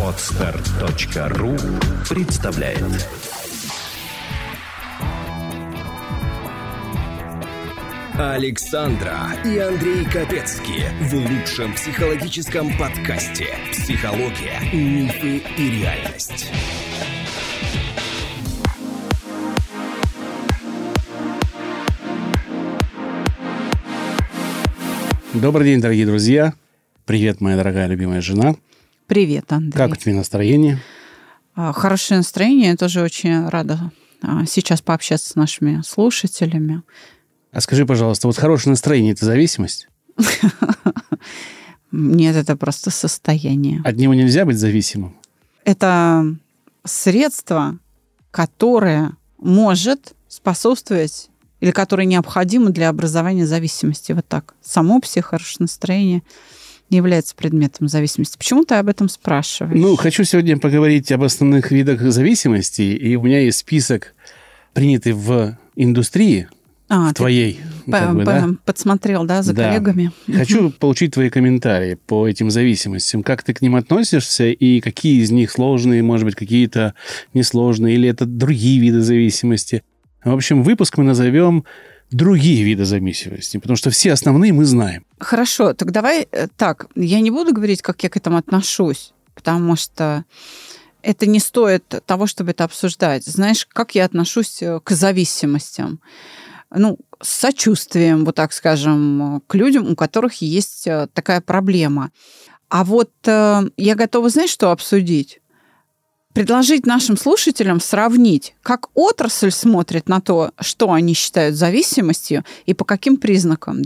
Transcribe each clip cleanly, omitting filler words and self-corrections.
Podster.ru представляет. Александра и Андрей Капецки в лучшем психологическом подкасте «Психология, мифы и реальность». Добрый день, дорогие друзья. Привет, моя дорогая любимая жена. Привет, Андрей. Как у тебя настроение? Хорошее настроение. Я тоже очень рада сейчас пообщаться с нашими слушателями. А скажи, пожалуйста, вот хорошее настроение – это зависимость? Нет, это просто состояние. От него нельзя быть зависимым? Это средство, которое может способствовать или которое необходимо для образования зависимости. Вот так. Само по себе хорошее настроение не является предметом зависимости. Почему ты об этом спрашиваешь? Хочу сегодня поговорить об основных видах зависимости. И у меня есть список, принятый в индустрии, в твоей. Подсмотрел, за коллегами. Хочу получить твои комментарии по этим зависимостям. Как ты к ним относишься и какие из них сложные, может быть, какие-то несложные, или это другие виды зависимости. В общем, выпуск мы назовем «Другие виды зависимости», потому что все основные мы знаем. Хорошо, так давай так. Я не буду говорить, как я к этому отношусь, потому что это не стоит того, чтобы это обсуждать. Знаешь, как я отношусь к зависимостям? С сочувствием, вот так скажем, к людям, у которых есть такая проблема. А вот я готова, знаешь, что обсудить? Предложить нашим слушателям сравнить, как отрасль смотрит на то, что они считают зависимостью и по каким признакам,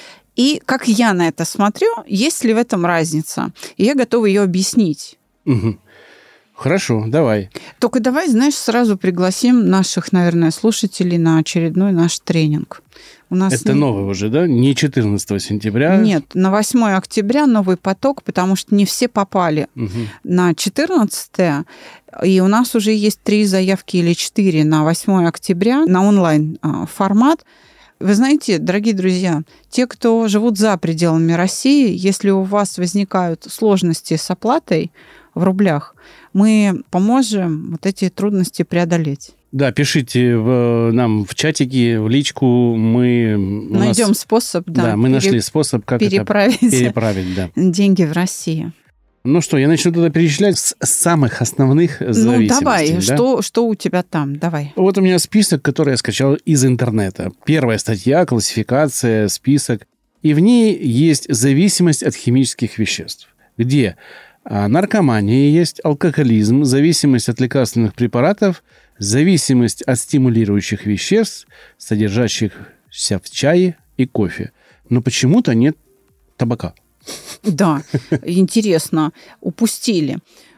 и как я на это смотрю, есть ли в этом разница. И я готова ее объяснить. Угу. Хорошо, давай. Только давай, сразу пригласим наших, наверное, слушателей на очередной наш тренинг. У нас это новый уже, да? Не 14 сентября? Нет, на 8 октября новый поток, потому что не все попали на 14 и у нас уже есть 3 заявки или 4 на 8 октября на онлайн-формат. Вы знаете, дорогие друзья, те, кто живут за пределами России, если у вас возникают сложности с оплатой в рублях, мы поможем вот эти трудности преодолеть. Да, пишите нам в чатике, в личку. Мы найдем способ, мы нашли способ, как переправить деньги в Россию. Я начну туда перечислять с самых основных зависимостей. Давай, что у тебя там? Давай. Вот у меня список, который я скачал из интернета. Первая статья, классификация, список. И в ней есть зависимость от химических веществ, где наркомания есть, алкоголизм, зависимость от лекарственных препаратов, зависимость от стимулирующих веществ, содержащихся в чае и кофе. Но почему-то нет табака. Да, интересно, упустили.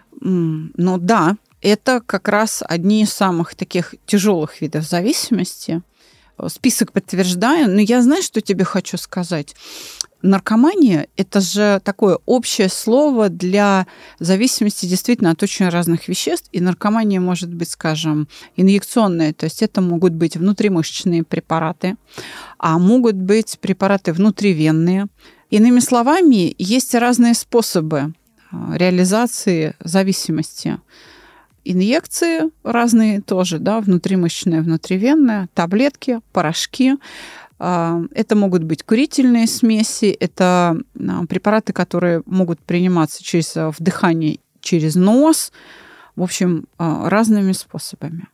Но да, это как раз одни из самых таких тяжелых видов зависимости. Список подтверждаю, но я знаю, что тебе хочу сказать. Наркомания – это же такое общее слово для зависимости действительно от очень разных веществ. И наркомания может быть, скажем, инъекционная, то есть это могут быть внутримышечные препараты, а могут быть препараты внутривенные. Иными словами, есть разные способы реализации зависимости. Инъекции разные тоже, внутримышечные, внутривенные, таблетки, порошки. Это могут быть курительные смеси, это препараты, которые могут приниматься через вдыхание через нос, в общем, разными способами.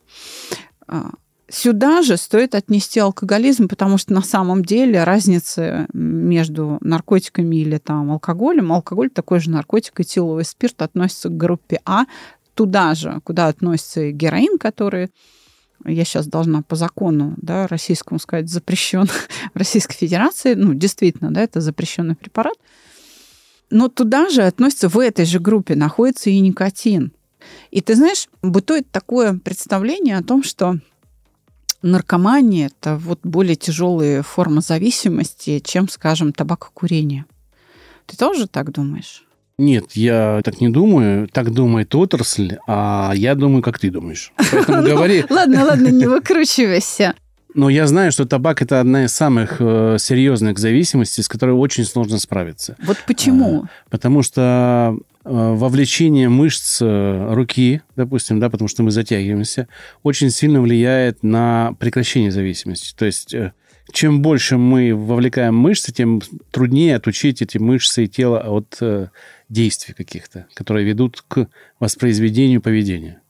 Сюда же стоит отнести алкоголизм, потому что на самом деле разница между наркотиками или алкоголем, алкоголь такой же наркотик, этиловый спирт относится к группе А, туда же, куда относится и героин, который, я сейчас должна по закону российскому сказать, запрещен в Российской Федерации, действительно, это запрещенный препарат, но туда же относится, в этой же группе находится и никотин. И ты знаешь, бытует такое представление о том, что наркомания – это более тяжелые формы зависимости, чем, скажем, табакокурение. Ты тоже так думаешь? Нет, я так не думаю. Так думает отрасль, а я думаю, как ты думаешь. Поэтому говори. Ладно, не выкручивайся. Но я знаю, что табак – это одна из самых серьезных зависимостей, с которой очень сложно справиться. Вот почему? Потому что вовлечение мышц руки, допустим, да, потому что мы затягиваемся, очень сильно влияет на прекращение зависимости. То есть чем больше мы вовлекаем мышцы, тем труднее отучить эти мышцы и тело от действий каких-то, которые ведут к воспроизведению поведения.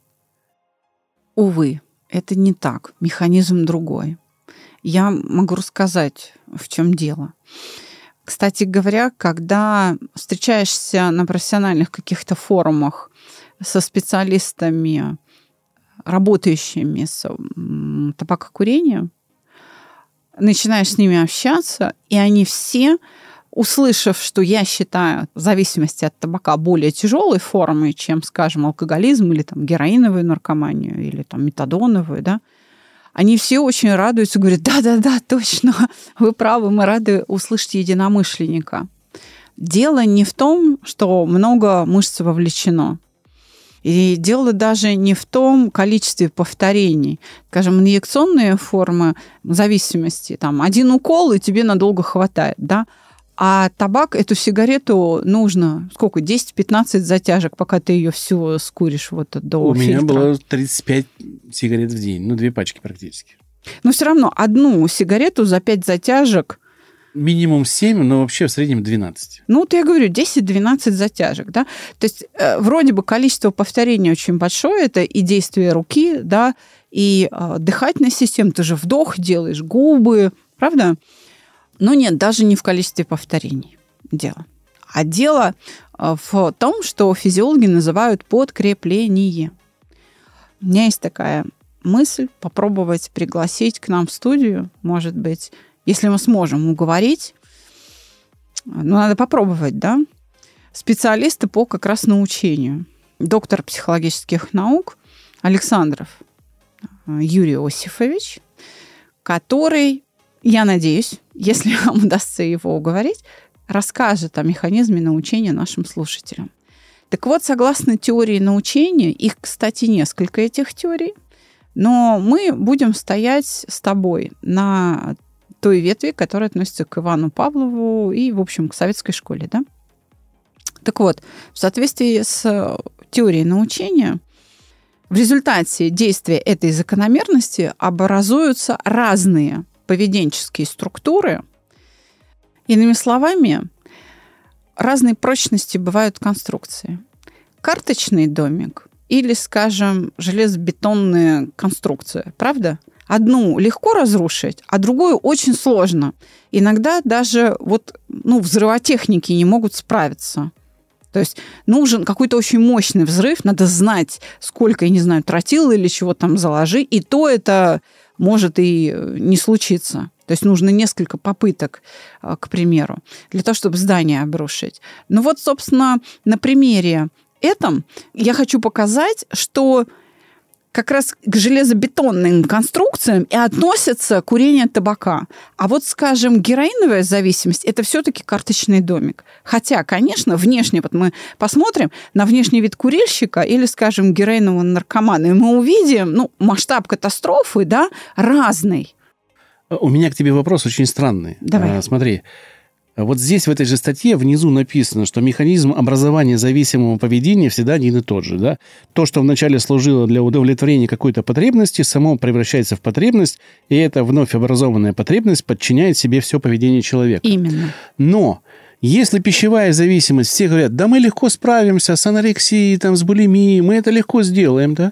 Увы, это не так. Механизм другой. Я могу рассказать, в чем дело. Кстати говоря, когда встречаешься на профессиональных каких-то форумах со специалистами, работающими с табакокурением, начинаешь с ними общаться, и они все, услышав, что я считаю зависимость от табака более тяжелой формой, чем, скажем, алкоголизм или там, героиновую наркоманию, или там, метадоновую, да, они все очень радуются, говорят, да, точно, вы правы, мы рады услышать единомышленника. Дело не в том, что много мышц вовлечено. И дело даже не в том количестве повторений. Скажем, инъекционные формы зависимости, там, один укол, и тебе надолго хватает, да? А табак, эту сигарету нужно, сколько, 10-15 затяжек, пока ты ее всю скуришь вот до фильтра. У меня было 35 сигарет в день, 2 пачки практически. Но все равно одну сигарету за 5 затяжек. Минимум 7, но вообще в среднем 12. Ну, вот я говорю, 10-12 затяжек, да. То есть вроде бы количество повторений очень большое, это и действие руки, да, и дыхательная система, ты же вдох делаешь, губы, правда? Но нет, даже не в количестве повторений дело. А дело в том, что физиологи называют подкрепление. У меня есть такая мысль попробовать пригласить к нам в студию, может быть, если мы сможем уговорить, надо попробовать, да, специалисты по как раз научению. Доктор психологических наук Александров Юрий Осифович, который, я надеюсь, если вам удастся его уговорить, расскажет о механизме научения нашим слушателям. Так вот, согласно теории научения, их, кстати, несколько этих теорий, но мы будем стоять с тобой на той ветви, которая относится к Ивану Павлову и, в общем, к советской школе, да? Так вот, в соответствии с теорией научения, в результате действия этой закономерности образуются разные поведенческие структуры. Иными словами, разной прочности бывают конструкции. Карточный домик или, скажем, железобетонная конструкция, правда? Одну легко разрушить, а другую очень сложно. Иногда даже взрывотехники не могут справиться. То есть нужен какой-то очень мощный взрыв, надо знать, сколько, я не знаю, тротила или чего там заложи, и то это может и не случиться. То есть нужно несколько попыток, к примеру, для того, чтобы здание обрушить. Ну вот, собственно, на примере этом я хочу показать, что как раз к железобетонным конструкциям и относится курение табака. А вот, скажем, героиновая зависимость – это все-таки карточный домик. Хотя, конечно, внешне, вот мы посмотрим на внешний вид курильщика или, скажем, героинового наркомана, и мы увидим, масштаб катастрофы, да, разный. У меня к тебе вопрос очень странный. Давай. Смотри. Вот здесь, в этой же статье, внизу написано, что механизм образования зависимого поведения всегда один и тот же. Да? То, что вначале служило для удовлетворения какой-то потребности, само превращается в потребность, и эта вновь образованная потребность подчиняет себе все поведение человека. Именно. Но если пищевая зависимость, все говорят, да мы легко справимся с анорексией, с булимией, мы это легко сделаем, да?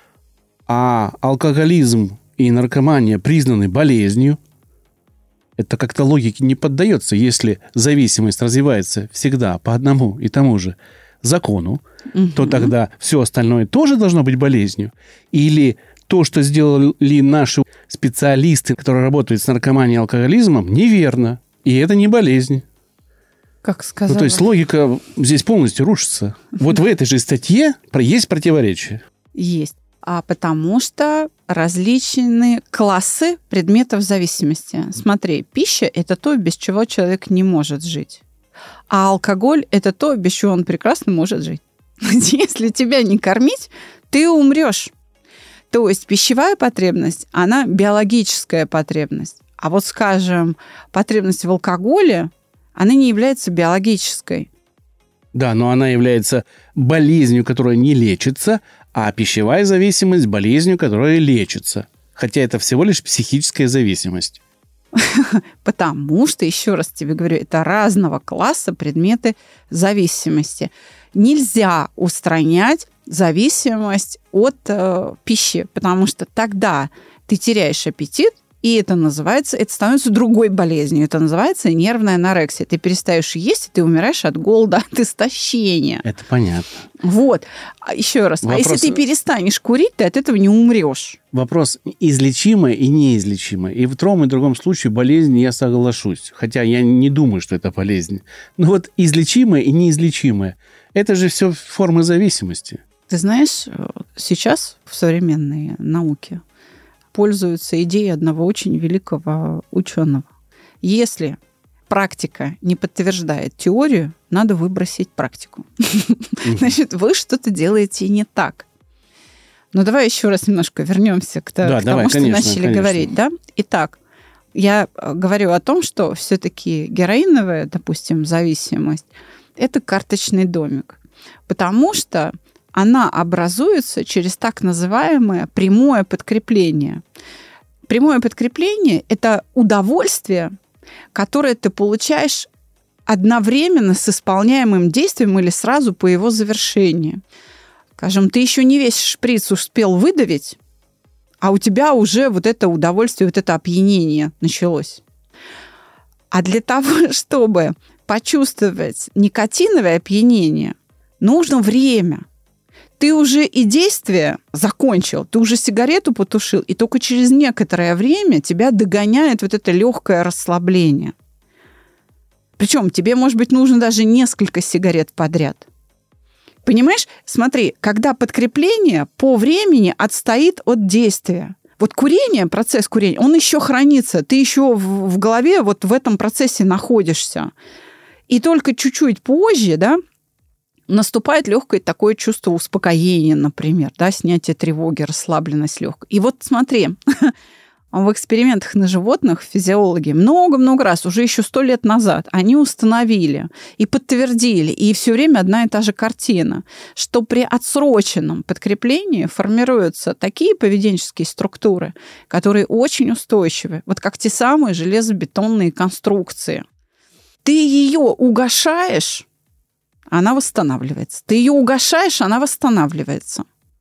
А алкоголизм и наркомания признаны болезнью, это как-то логике не поддается. Если зависимость развивается всегда по одному и тому же закону, то тогда все остальное тоже должно быть болезнью. Или то, что сделали наши специалисты, которые работают с наркоманией и алкоголизмом, неверно. И это не болезнь. Как сказала. То есть логика здесь полностью рушится. Вот в этой же статье есть противоречие. Есть. Потому что различные классы предметов зависимости. Смотри, пища – это то, без чего человек не может жить. А алкоголь – это то, без чего он прекрасно может жить. Если тебя не кормить, ты умрешь. То есть пищевая потребность, она биологическая потребность. А вот, скажем, потребность в алкоголе, она не является биологической. Да, но она является болезнью, которая не лечится, а пищевая зависимость – болезнью, которая лечится. Хотя это всего лишь психическая зависимость. Потому что, еще раз тебе говорю, это разного класса предметы зависимости. Нельзя устранять зависимость от пищи, потому что тогда ты теряешь аппетит, и это становится другой болезнью. Это называется нервная анорексия. Ты перестаешь есть, и ты умираешь от голода, от истощения. Это понятно. Вот. Еще раз. Вопрос... А если ты перестанешь курить, ты от этого не умрешь. Вопрос излечимое и неизлечимое. И в том и другом случае болезнь, я соглашусь. Хотя я не думаю, что это болезнь. Но вот излечимое и неизлечимое – это же все формы зависимости. Ты знаешь, сейчас в современной науке пользуются идеей одного очень великого ученого. Если практика не подтверждает теорию, надо выбросить практику. Значит, вы что-то делаете не так. Но давай еще раз немножко вернемся к тому, что начали говорить. Да? Итак, я говорю о том, что все-таки героиновая, допустим, зависимость – это карточный домик. Потому что она образуется через так называемое прямое подкрепление. Прямое подкрепление – это удовольствие, которое ты получаешь одновременно с исполняемым действием или сразу по его завершении. Скажем, ты еще не весь шприц успел выдавить, а у тебя уже вот это удовольствие, вот это опьянение началось. А для того, чтобы почувствовать никотиновое опьянение, нужно время. Ты уже и действие закончил, ты уже сигарету потушил, и только через некоторое время тебя догоняет вот это легкое расслабление. Причем тебе, может быть, нужно даже несколько сигарет подряд. Понимаешь? Смотри, когда подкрепление по времени отстоит от действия. Вот курение, процесс курения, он еще хранится. Ты еще в голове вот в этом процессе находишься. И только чуть-чуть позже, да, наступает легкое такое чувство успокоения, например, да, снятие тревоги, расслабленность легкая. И вот смотри, в экспериментах на животных физиологи много-много раз, уже еще 100 лет назад, они установили и подтвердили, и все время одна и та же картина, что при отсроченном подкреплении формируются такие поведенческие структуры, которые очень устойчивы, вот как те самые железобетонные конструкции. Ты ее угошаешь, она восстанавливается. Ты ее угошаешь, она восстанавливается.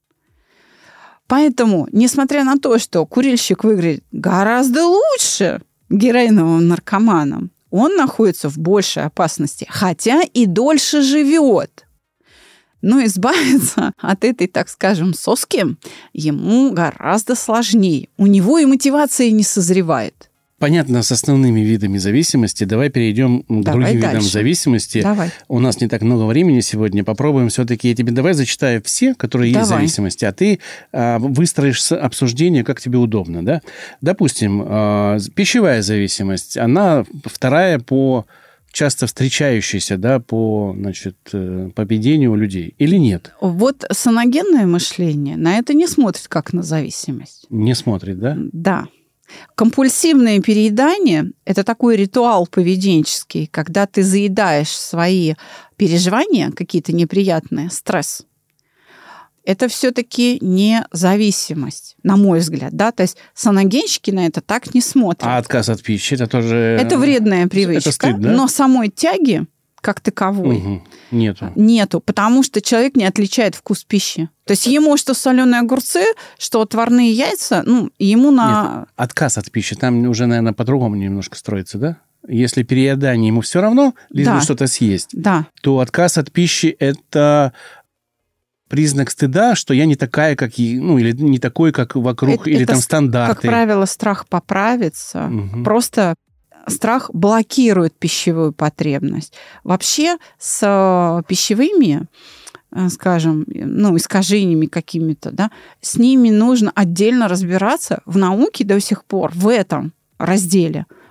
Поэтому, несмотря на то, что курильщик выглядит гораздо лучше героиновым наркоманом, он находится в большей опасности, хотя и дольше живет. Но избавиться от этой, так скажем, соски ему гораздо сложнее. У него и мотивация не созревает. Понятно, с основными видами зависимости. Давай перейдем к другим видам зависимости. Давай. У нас не так много времени сегодня. Попробуем все-таки. Я тебе давай зачитаю все, которые есть зависимости, а ты выстроишь обсуждение, как тебе удобно. Да? Допустим, пищевая зависимость. Она вторая по часто встречающейся, да, по поведению у людей. Или нет? Вот саногенное мышление на это не смотрит как на зависимость. Не смотрит, да? Да. Компульсивное переедание – это такой ритуал поведенческий, когда ты заедаешь свои переживания, какие-то неприятные, стресс. Это все-таки не зависимость, на мой взгляд. Да? То есть саногенщики на это так не смотрят. А отказ от пищи – это тоже… Это вредная привычка, это стыд, да? Но самой тяги как таковой нету, потому что человек не отличает вкус пищи. То есть ему что соленые огурцы, что отварные яйца, ему на… Нет, отказ от пищи, там уже, наверное, по-другому немножко строится, да? Если переедание ему все равно, лишь бы что-то съесть, то отказ от пищи – это признак стыда, что я не такая, как или не такой, как вокруг, или там стандарты. Как правило, страх поправиться, просто… Страх блокирует пищевую потребность. Вообще с пищевыми, скажем, искажениями какими-то, да, с ними нужно отдельно разбираться в науке до сих пор, в этом разделе.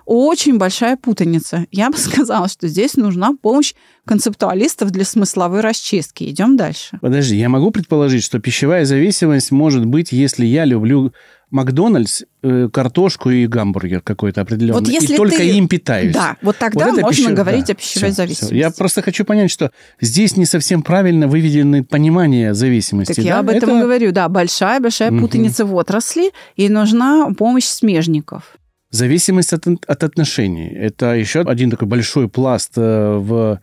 очень большая путаница. Я бы сказала, что здесь нужна помощь концептуалистов для смысловой расчистки. Идем дальше. Подожди, я могу предположить, что пищевая зависимость может быть, если я люблю Макдональдс, картошку и гамбургер какой-то определенный, вот если и только им питаюсь. Да, вот тогда вот можно говорить о пищевой зависимости. Я просто хочу понять, что здесь не совсем правильно выведено понимание зависимости. Так я об этом и говорю, да, большая-большая путаница в отрасли, и нужна помощь смежников. Зависимость от отношений. Это еще один такой большой пласт в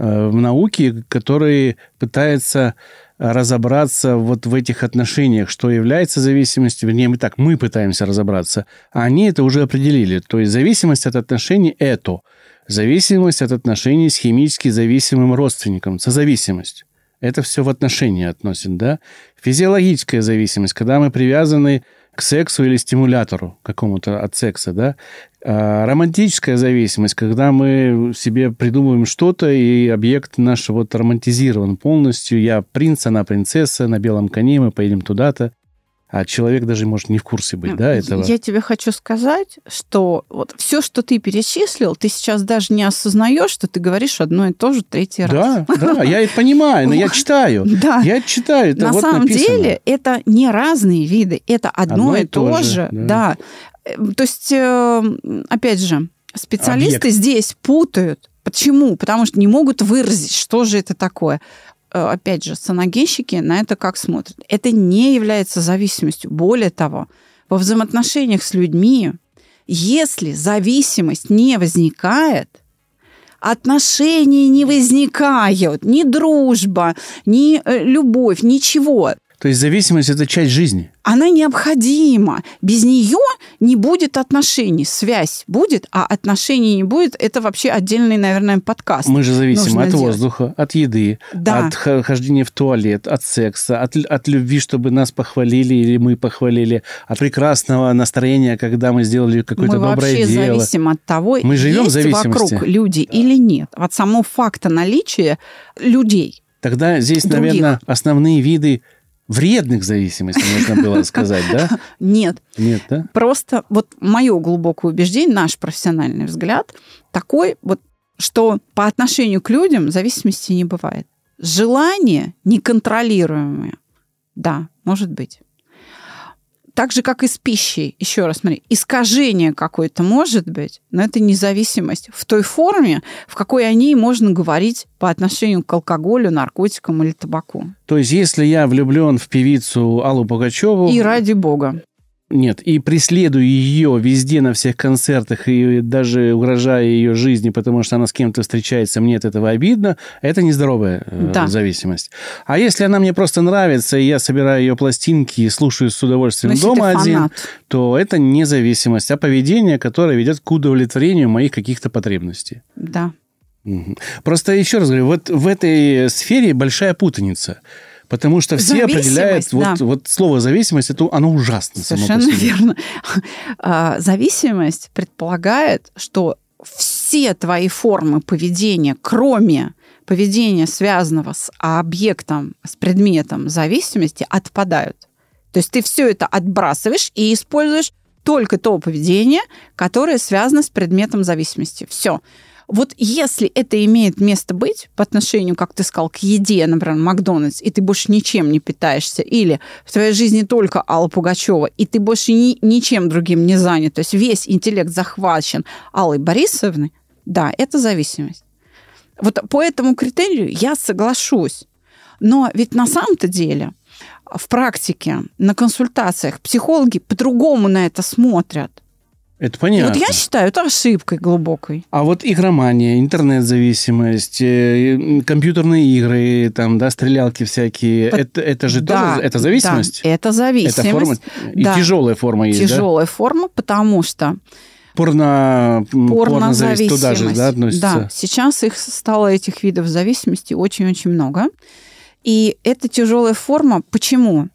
науке, который пытается разобраться вот в этих отношениях, что является зависимостью. Вернее, мы пытаемся разобраться, а они это уже определили. То есть зависимость от отношений – это зависимость от отношений с химически зависимым родственником, созависимость. Это все в отношения относит, да? Физиологическая зависимость, когда мы привязаны к сексу или стимулятору какому-то от секса, да? Романтическая зависимость, когда мы себе придумываем что-то, и объект наш вот романтизирован полностью. Я принц, она принцесса, на белом коне, мы поедем туда-то. А человек даже может не в курсе быть, да, этого. Я тебе хочу сказать, что вот все, что ты перечислил, ты сейчас даже не осознаешь, что ты говоришь одно и то же третий раз. Да, я это понимаю, но я читаю. Да. Я читаю, это на вот самом написано. деле это не разные виды, это одно и то же. Да. То есть, опять же, специалисты здесь путают. Почему? Потому что не могут выразить, что же это такое. Опять же, саногенщики на это как смотрят. Это не является зависимостью. Более того, во взаимоотношениях с людьми, если зависимость не возникает, отношения не возникают, ни дружба, ни любовь, ничего. То есть зависимость – это часть жизни. Она необходима. Без нее не будет отношений. Связь будет, а отношений не будет. Это вообще отдельный, наверное, подкаст. Мы же зависим от воздуха, от еды, от хождения в туалет, от секса, от любви, чтобы нас похвалили или мы похвалили, от прекрасного настроения, когда мы сделали какое-то доброе дело. Мы вообще зависим от того, мы живем есть вокруг люди или нет. От самого факта наличия людей. Тогда здесь, наверное, основные виды вредных зависимостей, можно было сказать, да? Нет. Нет, да? Просто вот мое глубокое убеждение, наш профессиональный взгляд такой, вот, что по отношению к людям зависимости не бывает. Желание неконтролируемое, да, может быть. Так же, как и с пищей, еще раз смотри, искажение какое-то может быть, но это независимость в той форме, в какой о ней можно говорить по отношению к алкоголю, наркотикам или табаку. То есть, если я влюблен в певицу Аллу Пугачеву... И ради бога. Нет, и преследую ее везде, на всех концертах, и даже угрожая ее жизни, потому что она с кем-то встречается, мне от этого обидно, это нездоровая зависимость. А если она мне просто нравится, и я собираю ее пластинки и слушаю с удовольствием дома один, то это не зависимость, а поведение, которое ведет к удовлетворению моих каких-то потребностей. Да. Просто еще раз говорю, вот в этой сфере большая путаница. Потому что все определяют, вот слово «зависимость», это, оно ужасно. Совершенно верно. Зависимость предполагает, что все твои формы поведения, кроме поведения, связанного с объектом, с предметом зависимости, отпадают. То есть ты все это отбрасываешь и используешь только то поведение, которое связано с предметом зависимости. Все. Вот если это имеет место быть по отношению, как ты сказал, к еде, например, Макдональдс, и ты больше ничем не питаешься, или в твоей жизни только Алла Пугачева, и ты больше ничем другим не занят, то есть весь интеллект захвачен Аллой Борисовной, да, это зависимость. Вот по этому критерию я соглашусь. Но ведь на самом-то деле в практике, на консультациях психологи по-другому на это смотрят. Это понятно. И вот я считаю, это ошибкой глубокой. А вот игромания, интернет-зависимость, компьютерные игры, там, да, стрелялки всякие, это же тоже это зависимость? Да, это зависимость. Это форма, и тяжелая форма есть, тяжелая форма, потому что порнозависимость туда же, да, относится? Да, сейчас этих видов зависимости очень-очень много. И это тяжелая форма. Почему?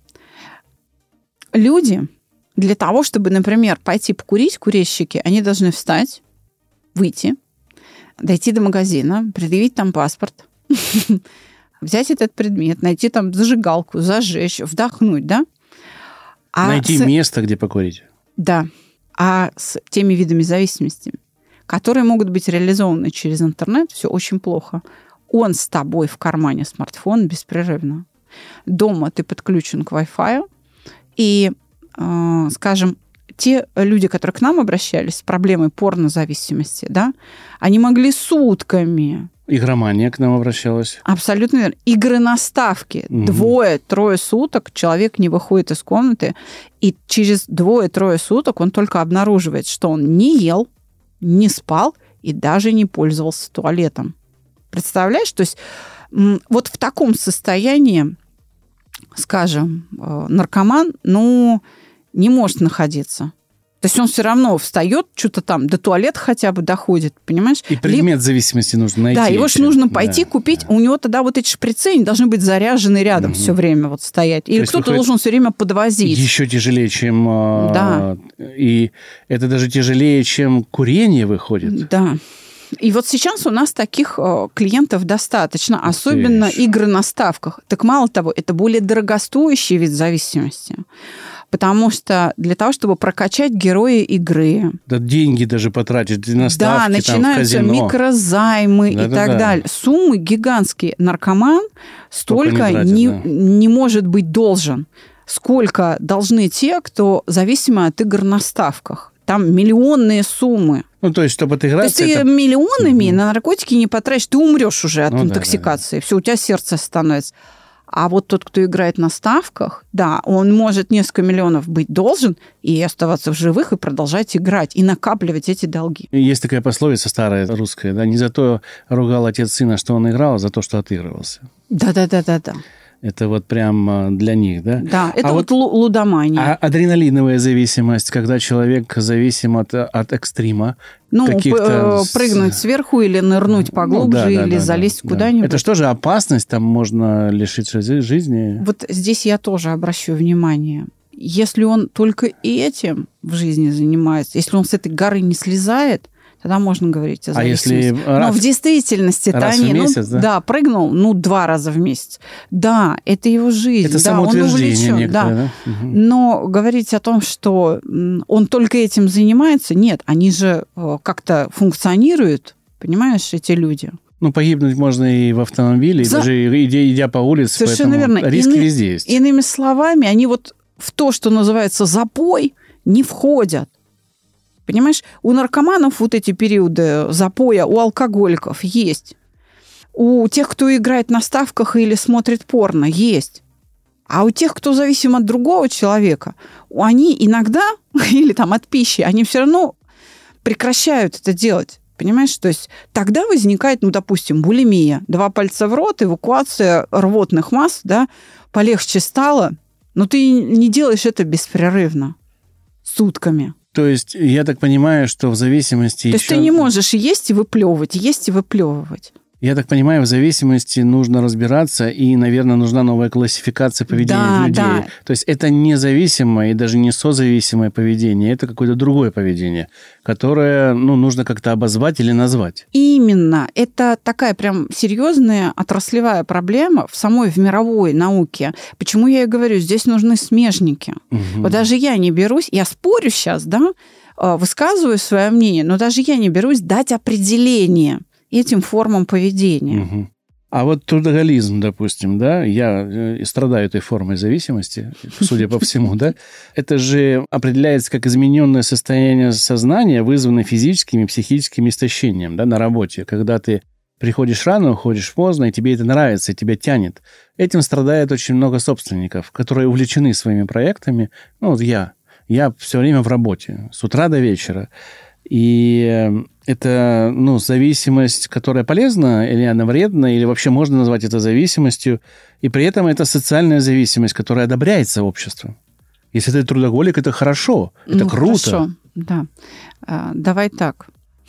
Люди... Для того, чтобы, например, пойти покурить, курильщики, они должны встать, выйти, дойти до магазина, предъявить там паспорт, взять этот предмет, найти там зажигалку, зажечь, вдохнуть, да? Найти место, где покурить. Да. А с теми видами зависимости которые могут быть реализованы через интернет, все очень плохо. Он с тобой в кармане смартфона беспрерывно. Дома ты подключен к Wi-Fi, и, скажем, те люди, которые к нам обращались с проблемой порнозависимости, да, они могли сутками... Игромания к нам обращалась. Абсолютно верно. Игры на ставке. 2-3 суток человек не выходит из комнаты, и через 2-3 суток он только обнаруживает, что он не ел, не спал и даже не пользовался туалетом. Представляешь? То есть вот в таком состоянии, скажем, наркоман, не может находиться. То есть он все равно встает, что-то там до туалета хотя бы доходит, понимаешь? И предмет зависимости нужно найти. Да, его же нужно пойти купить. Да. У него тогда вот эти шприцы, они должны быть заряжены рядом все время вот стоять. Или кто-то должен все время подвозить. Еще тяжелее, чем... Да. И это даже тяжелее, чем курение выходит. Да. И вот сейчас у нас таких клиентов достаточно, особенно игры на ставках. Так мало того, это более дорогостоящий вид зависимости. Потому что для того, чтобы прокачать героя игры... Да, деньги даже потратить на ставки, да, начинаются там, в казино. Микрозаймы и так далее. Суммы гигантские. Наркоман столько не может быть должен, сколько должны те, кто зависимы от игр на ставках. Там миллионные суммы. То есть, чтобы отыграться... То есть ты миллионами на наркотики не потратишь, ты умрешь уже от интоксикации. Да. Все, у тебя сердце остановится. А вот тот, кто играет на ставках, да, он может несколько миллионов быть должен и оставаться в живых, и продолжать играть, и накапливать эти долги. Есть такая пословица старая русская, да, не за то ругал отец сына, что он играл, а за то, что отыгрывался. Да. Это вот прям для них, да? Да, это вот лудомания. А адреналиновая зависимость, когда человек зависим от экстрима, каких-то... прыгнуть сверху или нырнуть поглубже, или залезть куда-нибудь. Это что же опасность? Там можно лишиться жизни? Вот здесь я тоже обращу внимание. Если он только этим в жизни занимается, если он с этой горы не слезает, тогда можно говорить о зависимости. Но в действительности раз в месяц, да, прыгнул 2 раза в месяц. Да, это его жизнь. Это самоутверждение некоторое, да? Но говорить о том, что он только этим занимается, нет, они же как-то функционируют, понимаешь, эти люди. Погибнуть можно и в автомобиле, и даже идя по улице. Совершенно верно. Риски везде есть. Иными словами, они вот в то, что называется запой, не входят. Понимаешь, у наркоманов вот эти периоды запоя, у алкоголиков есть. У тех, кто играет на ставках или смотрит порно, есть. А у тех, кто зависим от другого человека, они иногда, или там от пищи, они все равно прекращают это делать. Понимаешь? То есть тогда возникает, допустим, булимия. 2 пальца в рот, эвакуация рвотных масс, да, полегче стало, но ты не делаешь это беспрерывно, сутками. То есть, я так понимаю, что в зависимости... То есть, ты не можешь есть и выплевывать, есть и выплевывать. Я так понимаю, в зависимости нужно разбираться, и, наверное, нужна новая классификация поведения людей. Да. То есть, это не зависимое и даже не созависимое поведение, это какое-то другое поведение, которое нужно как-то обозвать или назвать. Именно. Это такая прям серьезная отраслевая проблема в мировой науке. Почему я и говорю, здесь нужны смежники. Угу. Вот даже я не берусь, я спорю сейчас, да, высказываю свое мнение, но даже я не берусь дать определение этим формам поведения. Угу. А вот трудоголизм, допустим, да, я страдаю этой формой зависимости, судя по всему, да, это же определяется как измененное состояние сознания, вызванное физическим и психическим истощением, да, на работе, когда ты приходишь рано, уходишь поздно, и тебе это нравится, и тебя тянет. Этим страдает очень много собственников, которые увлечены своими проектами. Вот я все время в работе, с утра до вечера. И это, зависимость, которая полезна, или она вредна, или вообще можно назвать это зависимостью. И при этом это социальная зависимость, которая одобряется обществом. Если ты трудоголик, это хорошо, это круто. Хорошо, да. Давай так.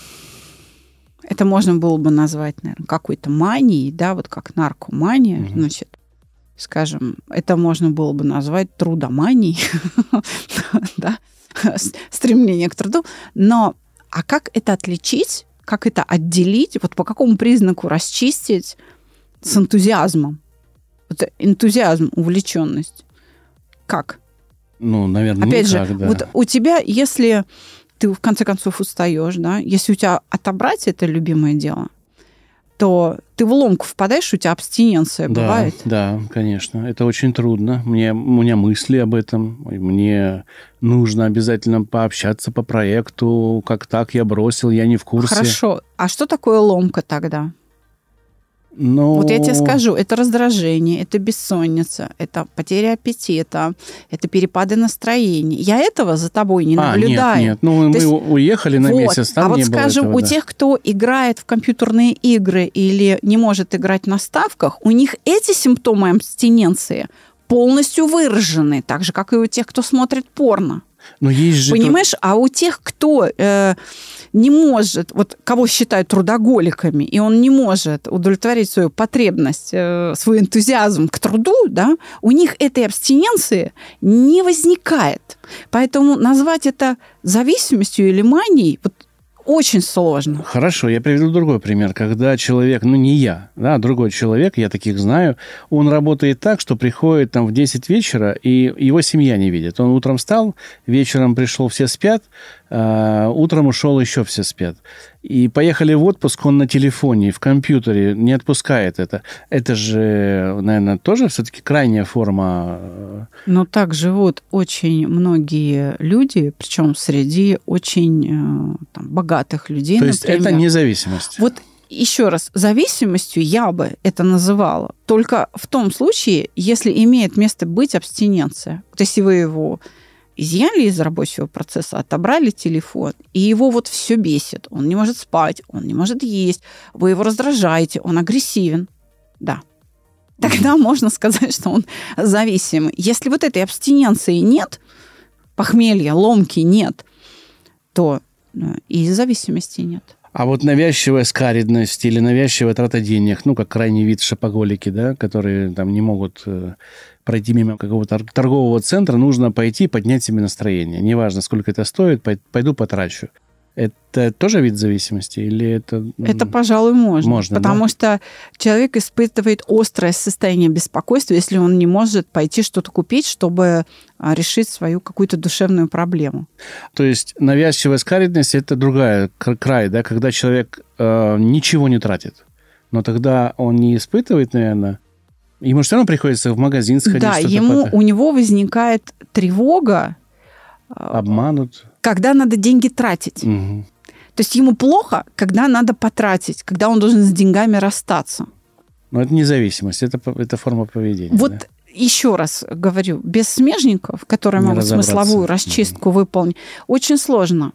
Это можно было бы назвать, наверное, какой-то манией, да, вот как наркомания, значит, скажем, это можно было бы назвать трудоманией, да, стремление к труду. Но а как это отличить, как это отделить, вот по какому признаку расчистить с энтузиазмом? Вот энтузиазм, увлеченность. Как? Наверное, опять никак, же, да. вот у тебя, если ты в конце концов устаешь, да. Если у тебя отобрать это любимое дело, то ты в ломку впадаешь, у тебя абстиненция бывает. Да, конечно. Это очень трудно. У меня мысли об этом. Мне нужно обязательно пообщаться по проекту. Как так, я бросил, я не в курсе. Хорошо. А что такое ломка тогда? Но... Вот я тебе скажу, это раздражение, это бессонница, это потеря аппетита, это перепады настроения. Я этого за тобой не наблюдаю. Нет. Ну, мы уехали на месяц, там не было скажем, этого, у тех, кто играет в компьютерные игры или не может играть на ставках, у них эти симптомы абстиненции полностью выражены, так же, как и у тех, кто смотрит порно. Но есть же... Понимаешь? А у тех, кто не может, вот кого считают трудоголиками, и он не может удовлетворить свою потребность, свой энтузиазм к труду, да, у них этой абстиненции не возникает. Поэтому назвать это зависимостью или манией очень сложно. Хорошо, я приведу другой пример. Когда человек, не я, да, другой человек, я таких знаю, он работает так, что приходит там в 10 вечера, и его семья не видит. Он утром встал, вечером пришел, все спят, утром ушел, еще все спят. И поехали в отпуск, он на телефоне, в компьютере, не отпускает это. Это же, наверное, тоже все-таки крайняя форма... Но так живут очень многие люди, причем среди очень богатых людей. То есть это независимость. Вот еще раз, зависимостью я бы это называла только в том случае, если имеет место быть абстиненция. То есть если вы его изъяли из рабочего процесса, отобрали телефон, и его все бесит. Он не может спать, он не может есть, вы его раздражаете, он агрессивен. Да. Тогда можно сказать, что он зависимый. Если этой абстиненции нет, похмелья, ломки нет, то и зависимости нет. А навязчивая скаридность или навязчивая трата денег, как крайний вид шопоголики, да, которые там не могут пройти мимо какого-то торгового центра, нужно пойти поднять себе настроение. Неважно, сколько это стоит, пойду потрачу. Это тоже вид зависимости? Или это... Это, пожалуй, можно. Потому да? что человек испытывает острое состояние беспокойства, если он не может пойти что-то купить, чтобы решить свою какую-то душевную проблему. То есть навязчивая скаридность – это другая край, да, когда человек ничего не тратит. Но тогда он не испытывает, наверное... Ему все равно приходится в магазин сходить. Да, у него возникает тревога. Обманут. Когда надо деньги тратить. Угу. То есть ему плохо, когда надо потратить, когда он должен с деньгами расстаться. Но это независимость, это форма поведения. Да? Еще раз говорю, без смежников, которые могут смысловую расчистку выполнить, очень сложно.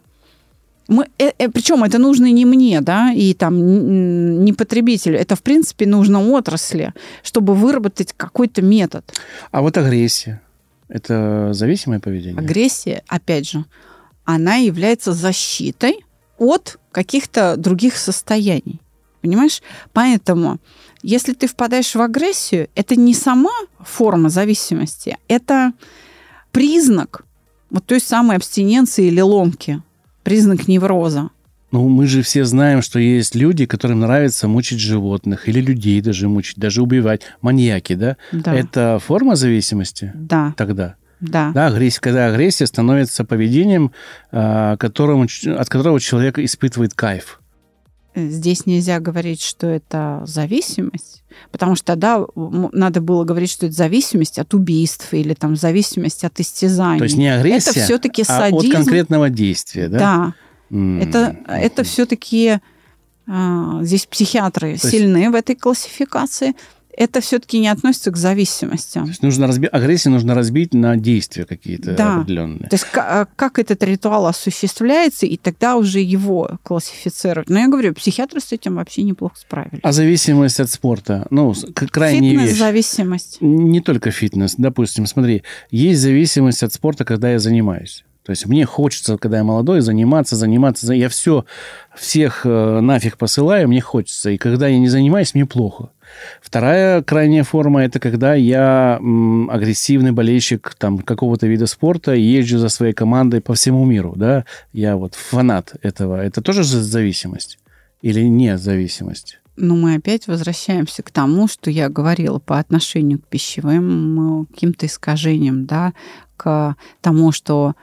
Причем это нужно не мне, да, и не потребителю. Это, в принципе, нужно отрасли, чтобы выработать какой-то метод. А агрессия – это зависимое поведение? Агрессия, опять же, она является защитой от каких-то других состояний. Понимаешь? Поэтому, если ты впадаешь в агрессию, это не сама форма зависимости, это признак той самой абстиненции или ломки. Признак невроза. Мы же все знаем, что есть люди, которым нравится мучить животных или людей даже мучить, даже убивать. Маньяки, да? Да. Это форма зависимости? Да. Тогда? Да. Да, когда агрессия становится поведением, от которого человек испытывает кайф. Здесь нельзя говорить, что это зависимость, потому что тогда надо было говорить, что это зависимость от убийств или зависимость от истязаний. То есть не агрессия, это все-таки садизм. От конкретного действия, да? Да. Это все-таки здесь психиатры сильны в этой классификации. Это все-таки не относится к зависимости. То есть агрессию нужно разбить на действия какие-то определенные. То есть как этот ритуал осуществляется, и тогда уже его классифицировать. Но я говорю, психиатры с этим вообще неплохо справились. А зависимость от спорта? Крайняя вещь. Фитнес-зависимость. Не только фитнес. Допустим, смотри, есть зависимость от спорта, когда я занимаюсь. То есть мне хочется, когда я молодой, заниматься. Я всех нафиг посылаю, мне хочется. И когда я не занимаюсь, мне плохо. Вторая крайняя форма – это когда я агрессивный болельщик какого-то вида спорта и езжу за своей командой по всему миру. Да? Я фанат этого. Это тоже зависимость? Или не зависимость? Мы опять возвращаемся к тому, что я говорила по отношению к пищевым каким-то искажениям, да, к тому, что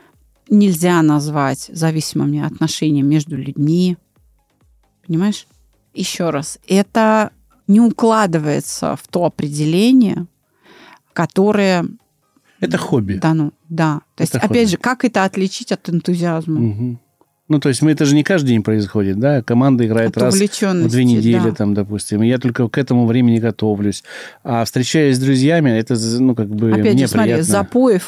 нельзя назвать зависимыми отношения между людьми. Понимаешь? Еще раз, это не укладывается в то определение, которое... Это хобби. Да. То есть, опять же, как это отличить от энтузиазма? Угу. Ну, то есть, это же не каждый день происходит, да? Команда играет раз в 2 недели, там, допустим, и я только к этому времени готовлюсь. А встречаясь с друзьями, это, опять мне же, смотри, приятно. запоев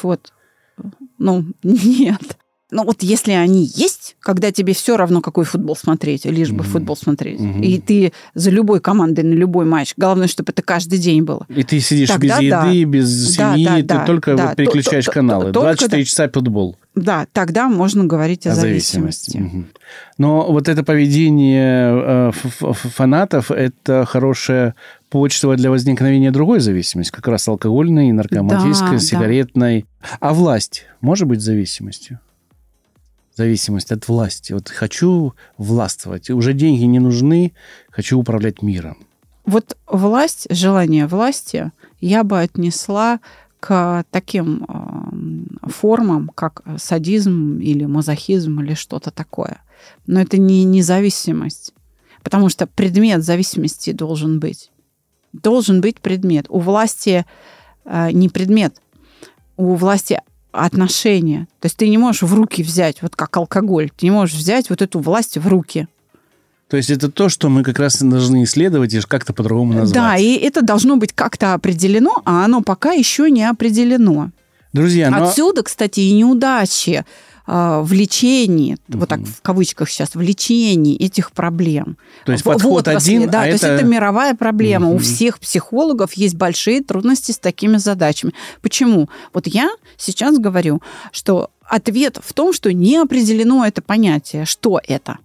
нет. Но вот если они есть, когда тебе все равно, какой футбол смотреть, лишь бы футбол смотреть, и ты за любой командой на любой матч, главное, чтобы это каждый день было. И ты сидишь без еды, без семьи, ты только переключаешь каналы. 24 часа футбол. Да, тогда можно говорить о зависимости. Угу. Но вот это поведение фанатов – это хорошая почва для возникновения другой зависимости, как раз алкогольной, наркоманской, сигаретной. А власть может быть зависимостью? Зависимость от власти. Вот хочу властвовать, уже деньги не нужны, хочу управлять миром. Вот власть, желание власти я бы отнесла к таким формам, как садизм или мазохизм или что-то такое. Но это не зависимость, потому что предмет зависимости должен быть. Должен быть предмет. У власти не предмет, у власти отношения. То есть ты не можешь в руки взять, вот как алкоголь, ты не можешь взять вот эту власть в руки. То есть это то, что мы как раз должны исследовать и как-то по-другому назвать. Да, и это должно быть как-то определено, а оно пока еще не определено. Друзья, Отсюда, кстати, и неудачи в лечении, вот так в кавычках сейчас, в лечении этих проблем. То есть подход один, то есть это мировая проблема. У всех психологов есть большие трудности с такими задачами. Почему? Вот я сейчас говорю, что ответ в том, что не определено это понятие. Что это?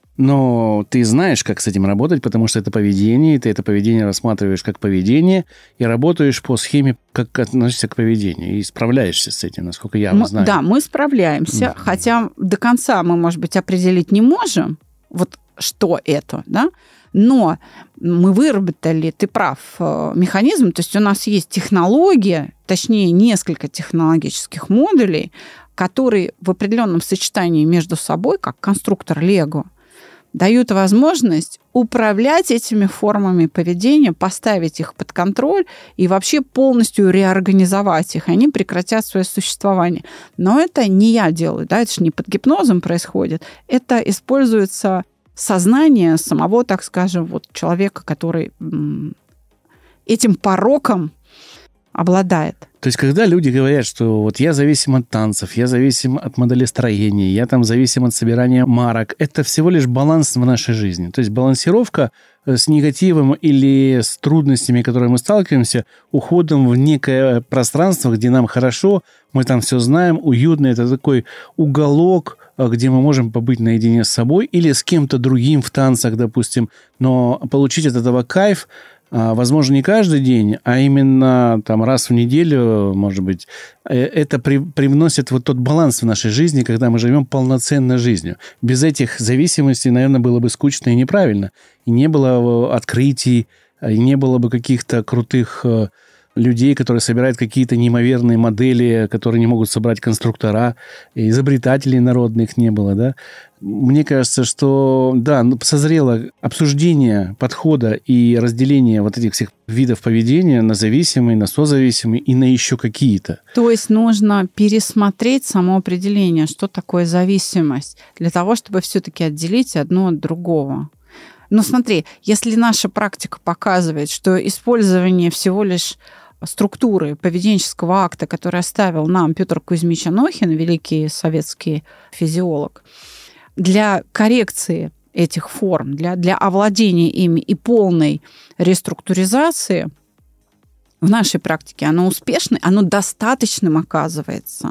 Но ты знаешь, как с этим работать, потому что это поведение, и ты это поведение рассматриваешь как поведение и работаешь по схеме, как относишься к поведению, и справляешься с этим, насколько я знаю. Да, мы справляемся, хотя до конца мы, может быть, определить не можем, вот что это, да, но мы выработали, ты прав, механизм, то есть у нас есть технология, точнее, несколько технологических модулей, которые в определенном сочетании между собой, как конструктор Лего, дают возможность управлять этими формами поведения, поставить их под контроль и вообще полностью реорганизовать их. Они прекратят свое существование. Но это не я делаю, да, это же не под гипнозом происходит. Это используется сознание самого, так скажем, вот человека, который этим пороком обладает. То есть, когда люди говорят, что вот я зависим от танцев, я зависим от моделестроения, я там зависим от собирания марок, это всего лишь баланс в нашей жизни. То есть, балансировка с негативом или с трудностями, которые мы сталкиваемся, уходом в некое пространство, где нам хорошо, мы там все знаем, уютно, это такой уголок, где мы можем побыть наедине с собой или с кем-то другим в танцах, допустим, но получить от этого кайф, возможно, не каждый день, а именно там раз в неделю, может быть, это привносит вот тот баланс в нашей жизни, когда мы живем полноценной жизнью. Без этих зависимостей, наверное, было бы скучно и неправильно. И не было открытий, и не было бы каких-то крутых людей, которые собирают какие-то неимоверные модели, которые не могут собрать конструктора, и изобретателей народных не было, да. Мне кажется, что, да, созрело обсуждение подхода и разделение вот этих всех видов поведения на зависимые, на созависимые и на еще какие-то. То есть нужно пересмотреть само определение, что такое зависимость, для того, чтобы все-таки отделить одно от другого. Но смотри, если наша практика показывает, что использование всего лишь структуры поведенческого акта, который оставил нам Петр Кузьмич Анохин, великий советский физиолог, для коррекции этих форм, для овладения ими и полной реструктуризации в нашей практике, оно успешно, оно достаточным оказывается,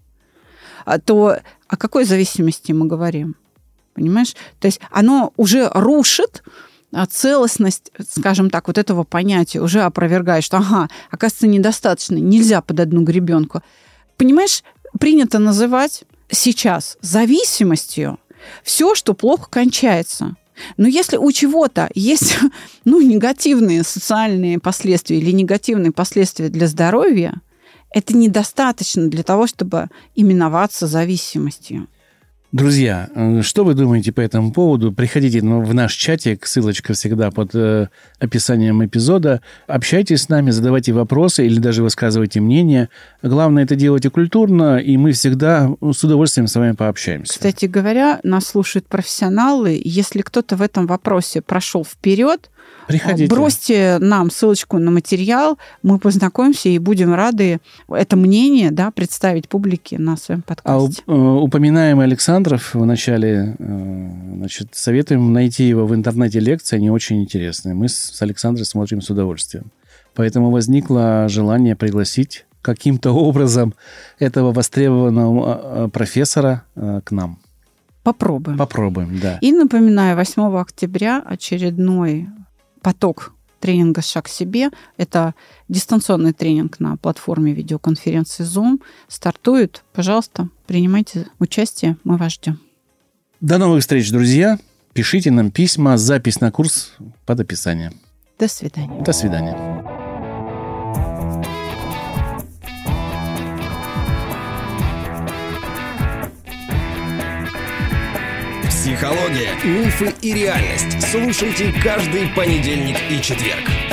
то о какой зависимости мы говорим? Понимаешь? То есть оно уже рушит целостность, скажем так, вот этого понятия, уже опровергает, что, оказывается, недостаточно, нельзя под одну гребенку. Понимаешь, принято называть сейчас зависимостью все, что плохо кончается. Но если у чего-то есть негативные социальные последствия или негативные последствия для здоровья, это недостаточно для того, чтобы именоваться зависимостью. Друзья, что вы думаете по этому поводу? Приходите в наш чатик, ссылочка всегда под описанием эпизода. Общайтесь с нами, задавайте вопросы или даже высказывайте мнение. Главное, это делайте культурно, и мы всегда с удовольствием с вами пообщаемся. Кстати говоря, нас слушают профессионалы. Если кто-то в этом вопросе прошел вперед, приходите. Бросьте нам ссылочку на материал, мы познакомимся и будем рады это мнение, да, представить публике на своем подкасте. Упоминаемый Александров в начале, советуем найти его в интернете, лекции, они очень интересные. Мы с Александром смотрим с удовольствием. Поэтому возникло желание пригласить каким-то образом этого востребованного профессора к нам. Попробуем. Попробуем, да. И напоминаю, 8 октября очередной поток тренинга «Шаг к себе». Это дистанционный тренинг на платформе видеоконференции Zoom. Стартует. Пожалуйста, принимайте участие. Мы вас ждем. До новых встреч, друзья. Пишите нам письма, запись на курс под описанием. До свидания. До свидания. Психология, мифы и реальность. Слушайте каждый понедельник и четверг.